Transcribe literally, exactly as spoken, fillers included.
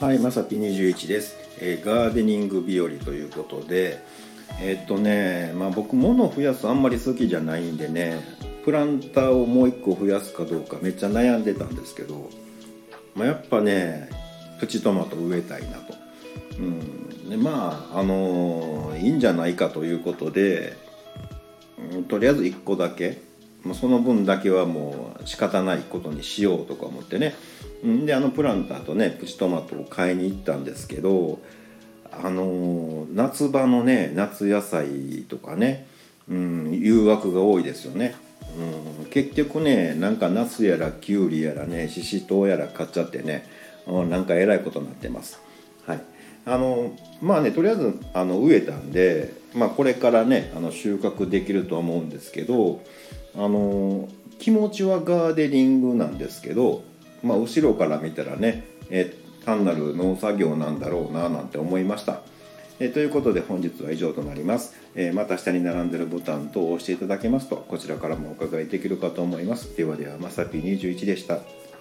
はい、まさぴにじゅういちです、えー、ガーデニング日和ということで、えーっとね、まあ僕物を増やすあんまり好きじゃないんでね、プランターをもう一個増やすかどうかめっちゃ悩んでたんですけど、まあ、やっぱね、プチトマト植えたいなと。うん、でまああのーいいんじゃないかということで、うん、とりあえずいっこだけ、もうその分だけはもう仕方ないことにしようとか思ってね。であのプランターとねプチトマトを買いに行ったんですけど、あの夏場のね夏野菜とかね、うん、誘惑が多いですよね。うん、結局ねなんかナスやらキュウリやらねシシトウやら買っちゃってね、うん、なんかえらいことになってます。はい、あのまあねとりあえずあの植えたんで、まあ、これからねあの収穫できると思うんですけど、あの気持ちはガーデニングなんですけど、まあ、後ろから見たらね、え単なる農作業なんだろうななんて思いました。えということで本日は以上となります。えまた下に並んでいるボタン等を押していただけますとこちらからもお伺いできるかと思います。ではではまさぴにじゅういちでした。